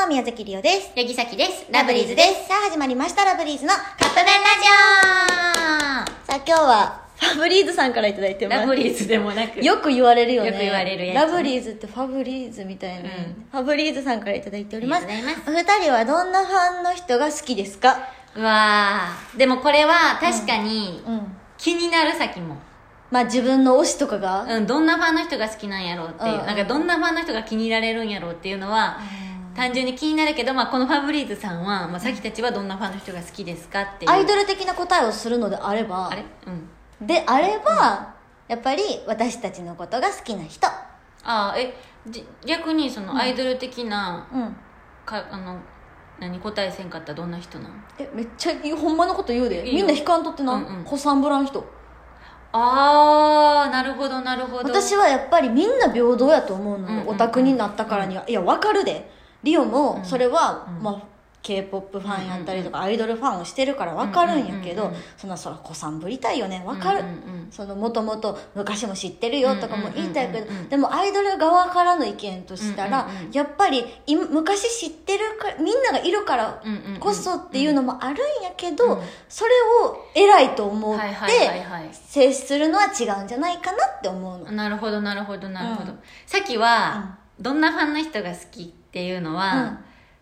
は宮崎りおです。 八木崎です。 ラブリーズです。さあ始まりましたラブリーズのカップ麺ラジオ。さあ今日はファブリーズさんからいただいてます。 ラブリーズでもなくよく言われるよね。 よく言われるやつ、 ラブリーズってファブリーズみたいな、ファブリーズさんからいただいております。 ありがとうごお二人はどんなファンの人が好きですか？ うわー、でもこれは確かに気になる先も、 まあ自分の推しとかが、 どんなファンの人が好きなんやろうっていう、 うんなんかどんなファンの人が気に入られるんやろうっていうのは、単純に気になるけど、まあ、このファブリーズさんは、まあ、さきたちはどんなファンの人が好きですかっていうアイドル的な答えをするのであれば、であれば、やっぱり私たちのことが好きな人。 逆にそのアイドル的な、 うん答えせんかったらどんな人なん？ めっちゃほんまのこと言うで。みんな悲観とってな、子さんぶらん人。 なるほどなるほど。 私はやっぱりみんな平等やと思うのよ、オタクになったからには。いや分かるで、リオもそれは、まあK-POP ファンやったりとか、アイドルファンをしてるから分かるんやけど、そら子さんぶりたいよね、分かる。そのもともと昔も知ってるよとかも言いたいけど、でもアイドル側からの意見としたら、やっぱり昔知ってるかみんながいるからこそっていうのもあるんやけど、それを偉いと思って接するのは違うんじゃないかなって思うの。 なるほどなるほどなるほど。さっきは、どんなファンの人が好きっていうのは、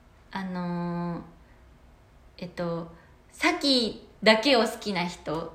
さきだけを好きな人って、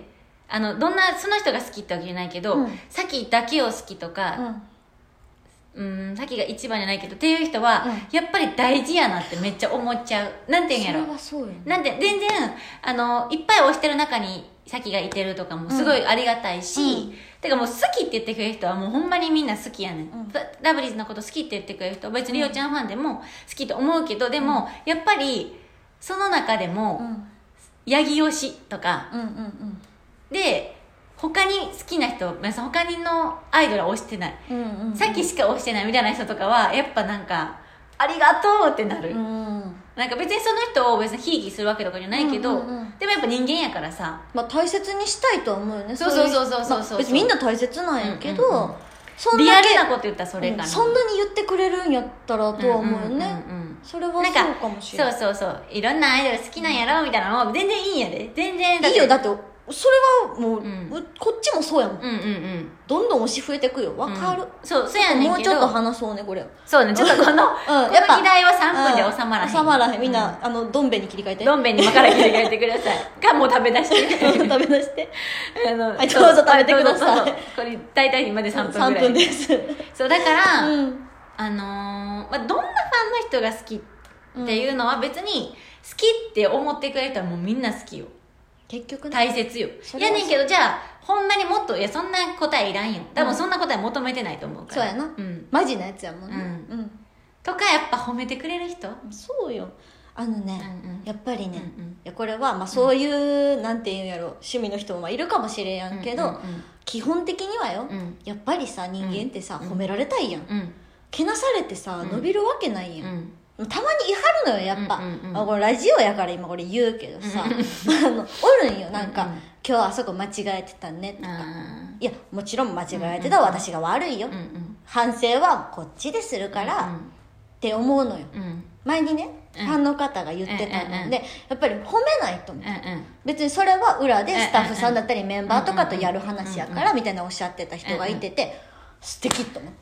どんなその人が好きってわけじゃないけど、さきだけを好きとか、さきが一番じゃないけどっていう人は、やっぱり大事やなってめっちゃ思っちゃう。なんて言うんやろ、 それはそうよね。 なんで全然いっぱい推してる中にさきがいてるとかもすごいありがたいし、てかもう好きって言ってくれる人はもうほんまにみんな好きやねん、ラブリーズのこと好きって言ってくれる人は別にりおちゃんファンでも好きと思うけど、でもやっぱりその中でも、ヤギ推しとか、で他に好きな人、他にのアイドルは推してない、さっきしか推してないみたいな人とかはやっぱなんかありがとうってなる、なんか別にその人を別にひいきするわけとかじゃないけど、でもやっぱ人間やからさ、 まあ大切にしたいとは思うよね。 そう、 別にみんな大切なんやけど、 リアルなこと言ったらそれかな、 そんなに言ってくれるんやったらとは思うよね。それはそうかもしれない。 そういろんなアイドル好きなんやろみたいなのも全然いいんやで。全然いいよ。だってそれはもう、こっちもそうやもん。どんどん推し増えてくよ。わかる。 そうやねんけど、 もうちょっと話そうねこれ。 そうね、ちょっとこのやっぱ議題は3分で収まらへん。 収まらへん。みんなどん兵衛に切り替えて。 どん兵衛に今から切り替えてください。かもう食べ出して。 食べ出して。はい、どうぞ食べてください。 これ大体今で3分ぐらい。 3分です。 そうだからどんなファンの人が好きっていうのは別に好きって思ってくれる人はもうみんな好きよ。 結局ね、 大切よ。やねんけど、じゃあほんまにもっと、いやそんな答えいらんよ。多分そんな答え求めてないと思うから。 そうやな、マジなやつやもんね。 とかやっぱ褒めてくれる人。 そうよ。やっぱりね、いやこれはまあそういうなんていうんやろ、趣味の人もいるかもしれんやんけど、基本的にはよ、やっぱりさ人間ってさ、褒められたいやん。けなされてさ伸びるわけないやん。たまにいはるのよやっぱ、これラジオやから今これ言うけどさおるんよ。なんか、今日あそこ間違えてたねとか、いやもちろん間違えてた私が悪いよ、反省はこっちでするから、って思うのよ。前にね、ファンの方が言ってたので、やっぱり褒めないと思う、別にそれは裏でスタッフさんだったりメンバーとかとやる話やからみたいなおっしゃってた人がいてて、素敵と思った。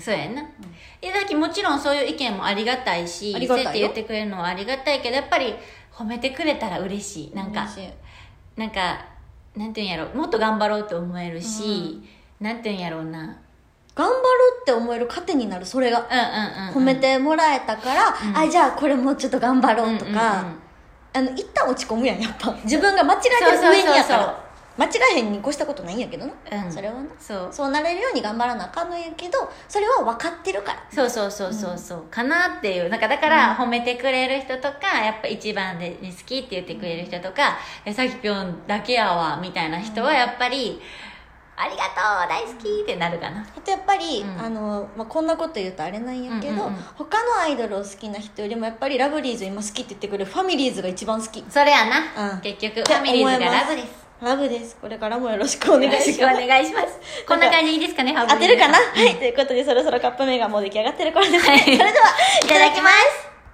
そうやな。だけもちろんそういう意見もありがたいし、そうやって言ってくれるのはありがたいけど、やっぱり褒めてくれたら嬉しい。なんかなんていうんやろ、もっと頑張ろうって思えるし、なんていうんやろうな、 頑張ろうって思える糧になる。それが褒めてもらえたから、じゃあこれもうちょっと頑張ろうとか、一旦落ち込むやんやっぱ。自分が間違えてる上にやから間違えへんに越したことないんやけどな、それはな、そうなれるように頑張らなあかんのやけど、それは分かってるから。 そうかなっていう。なんかだから褒めてくれる人とか、やっぱ一番で好きって言ってくれる人とか、さきぴょんだけやわみたいな人はやっぱり、ありがとう大好きってなるかな。 あとやっぱり、こんなこと言うとあれなんやけど、他のアイドルを好きな人よりもやっぱりラブリーズ今好きって言ってくれるファミリーズが一番好き。 それやな、結局ファミリーズがラブです。 ラブです。これからもよろしくお願いします。 よろしくお願いします。こんな感じでいいですかね、 当てるかな、はい。ということで、そろそろカップ麺がもう出来上がってる頃です。はい。それでは、いただきます。